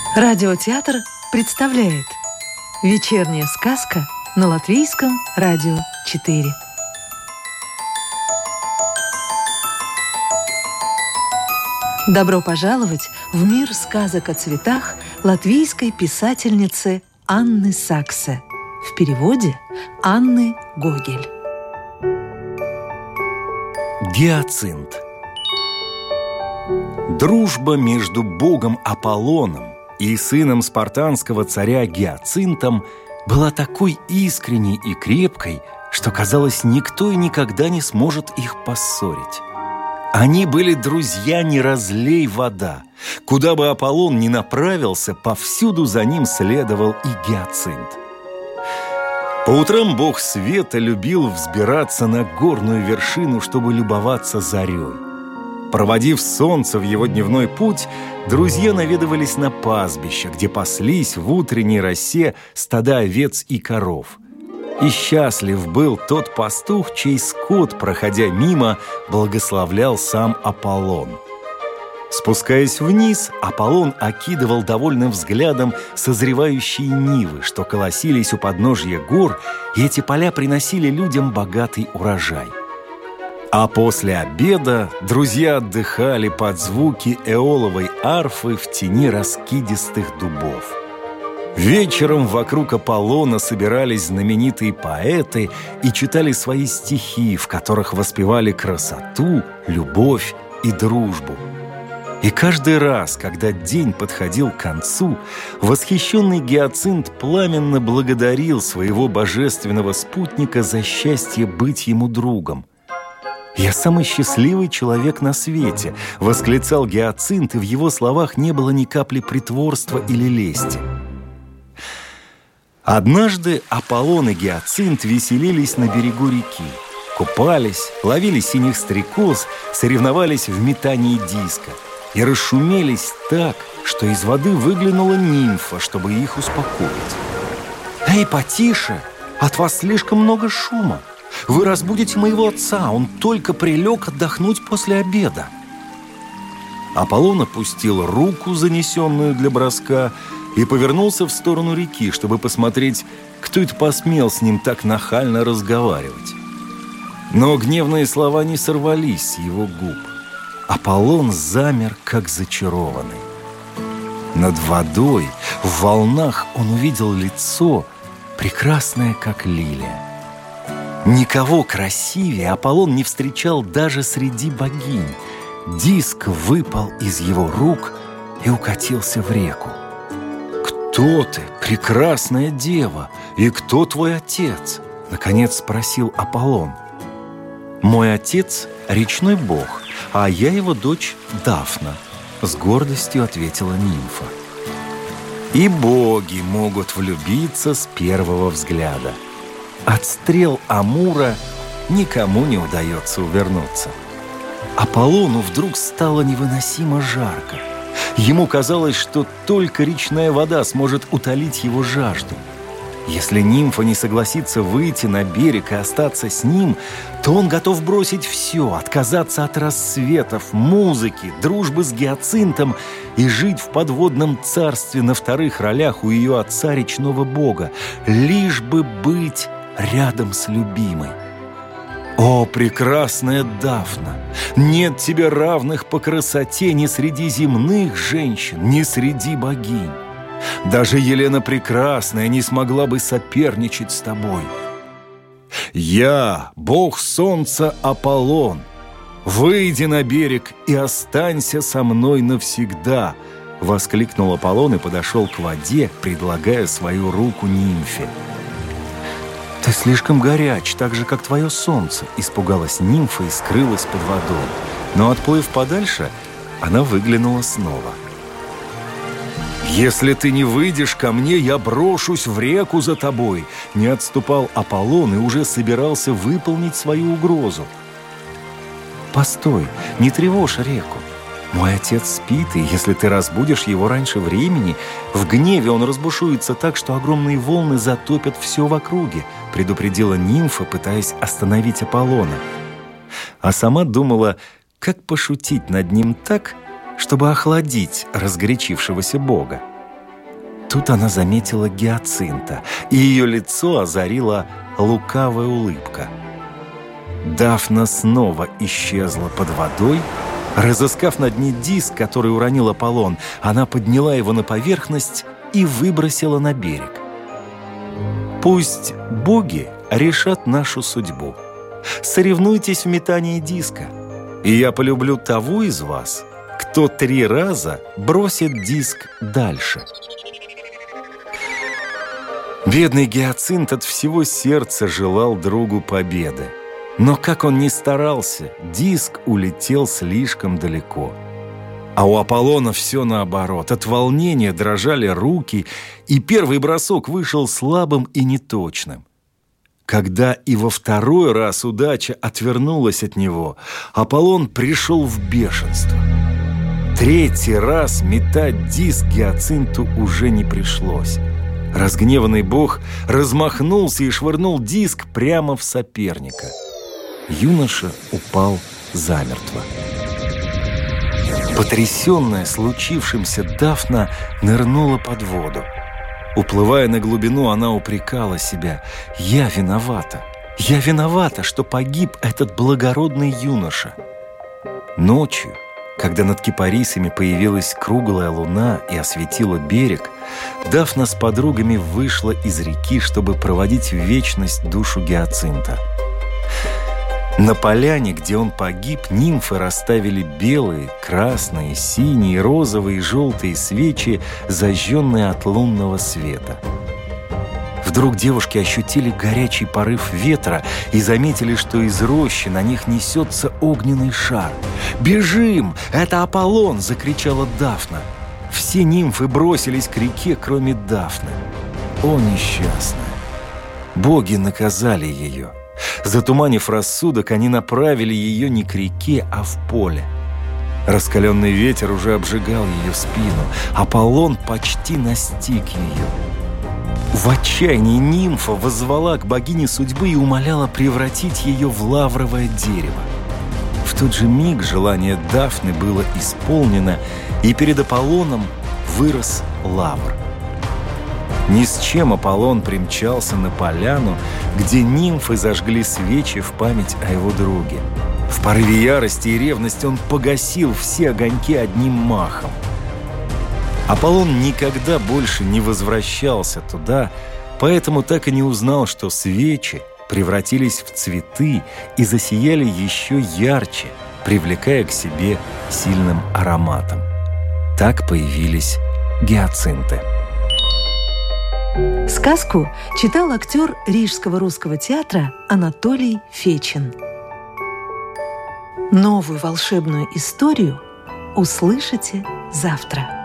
Радиотеатр представляет «Вечерняя сказка» на Латвийском радио 4. Добро пожаловать в мир сказок о цветах латвийской писательницы Анны Саксе. В переводе Анны Гогель. Гиацинт. Дружба между богом Аполлоном и сыном спартанского царя Гиацинтом была такой искренней и крепкой, что, казалось, никто и никогда не сможет их поссорить. Они были друзья не разлей вода. Куда бы Аполлон ни направился, повсюду за ним следовал и Гиацинт. По утрам бог света любил взбираться на горную вершину, чтобы любоваться зарей. Проводив солнце в его дневной путь, друзья наведывались на пастбище, где паслись в утренней росе стада овец и коров. И счастлив был тот пастух, чей скот, проходя мимо, благословлял сам Аполлон. Спускаясь вниз, Аполлон окидывал довольным взглядом созревающие нивы, что колосились у подножья гор, и эти поля приносили людям богатый урожай. А после обеда друзья отдыхали под звуки эоловой арфы в тени раскидистых дубов. Вечером вокруг Аполлона собирались знаменитые поэты и читали свои стихи, в которых воспевали красоту, любовь и дружбу. И каждый раз, когда день подходил к концу, восхищенный Гиацинт пламенно благодарил своего божественного спутника за счастье быть ему другом. «Я самый счастливый человек на свете!» — восклицал Гиацинт, и в его словах не было ни капли притворства или лести. Однажды Аполлон и Гиацинт веселились на берегу реки, купались, ловили синих стрекоз, соревновались в метании диска и расшумелись так, что из воды выглянула нимфа, чтобы их успокоить. «Эй, потише! От вас слишком много шума! Вы разбудите моего отца, он только прилег отдохнуть после обеда». Аполлон опустил руку, занесенную для броска, и повернулся в сторону реки, чтобы посмотреть, кто это посмел с ним так нахально разговаривать. Но гневные слова не сорвались с его губ. Аполлон замер, как зачарованный. Над водой, в волнах, он увидел лицо, прекрасное, как лилия. Никого красивее Аполлон не встречал даже среди богинь. Диск выпал из его рук и укатился в реку. «Кто ты, прекрасная дева, и кто твой отец?» — наконец спросил Аполлон. «Мой отец — речной бог, а я его дочь Дафна», — с гордостью ответила нимфа. И боги могут влюбиться с первого взгляда. От стрел Амура никому не удается увернуться. Аполлону вдруг стало невыносимо жарко. Ему казалось, что только речная вода сможет утолить его жажду. Если нимфа не согласится выйти на берег и остаться с ним, то он готов бросить все, отказаться от рассветов, музыки, дружбы с Гиацинтом и жить в подводном царстве на вторых ролях у ее отца, речного бога, лишь бы быть рядом с любимой. «О, прекрасная Дафна! Нет тебе равных по красоте ни среди земных женщин, ни среди богинь. Даже Елена Прекрасная не смогла бы соперничать с тобой. Я, бог солнца Аполлон, выйди на берег и останься со мной навсегда!» — воскликнул Аполлон и подошел к воде, предлагая свою руку нимфе. «Ты слишком горяч, так же, как твое солнце», — испугалась нимфа и скрылась под водой. Но, отплыв подальше, она выглянула снова. «Если ты не выйдешь ко мне, я брошусь в реку за тобой», — не отступал Аполлон и уже собирался выполнить свою угрозу. «Постой, не тревожь реку. Мой отец спит, и если ты разбудишь его раньше времени, в гневе он разбушуется так, что огромные волны затопят все в округе», — предупредила нимфа, пытаясь остановить Аполлона. А сама думала, как пошутить над ним так, чтобы охладить разгорячившегося бога. Тут она заметила Гиацинта, и ее лицо озарила лукавая улыбка. Дафна снова исчезла под водой. Разыскав на дне диск, который уронил Аполлон, она подняла его на поверхность и выбросила на берег. Пусть боги решат нашу судьбу. Соревнуйтесь в метании диска, и я полюблю того из вас, кто 3 раза бросит диск дальше. Бедный Гиацинт от всего сердца желал другу победы. Но как он ни старался, диск улетел слишком далеко. А у Аполлона все наоборот. От волнения дрожали руки, и первый бросок вышел слабым и неточным. Когда и во второй раз удача отвернулась от него, Аполлон пришел в бешенство. 3-й раз метать диск Гиацинту уже не пришлось. Разгневанный бог размахнулся и швырнул диск прямо в соперника. Юноша упал замертво. Потрясенная случившимся, Дафна нырнула под воду. Уплывая на глубину, она упрекала себя: «Я виновата! Я виновата, что погиб этот благородный юноша!» Ночью, когда над кипарисами появилась круглая луна и осветила берег, Дафна с подругами вышла из реки, чтобы проводить в вечность душу Гиацинта. На поляне, где он погиб, нимфы расставили белые, красные, синие, розовые и желтые свечи, зажженные от лунного света. Вдруг девушки ощутили горячий порыв ветра и заметили, что из рощи на них несется огненный шар. «Бежим! Это Аполлон!» – закричала Дафна. Все нимфы бросились к реке, кроме Дафны. О, несчастная! Боги наказали ее. Затуманив рассудок, они направили ее не к реке, а в поле. Раскаленный ветер уже обжигал ее спину. Аполлон почти настиг ее. В отчаянии нимфа воззвала к богине судьбы и умоляла превратить ее в лавровое дерево. В тот же миг желание Дафны было исполнено, и перед Аполлоном вырос лавр. Ни с чем Аполлон примчался на поляну, где нимфы зажгли свечи в память о его друге. В порыве ярости и ревности он погасил все огоньки одним махом. Аполлон никогда больше не возвращался туда, поэтому так и не узнал, что свечи превратились в цветы и засияли еще ярче, привлекая к себе сильным ароматом. Так появились гиацинты. Сказку читал актер Рижского русского театра Анатолий Фечин. Новую волшебную историю услышите завтра.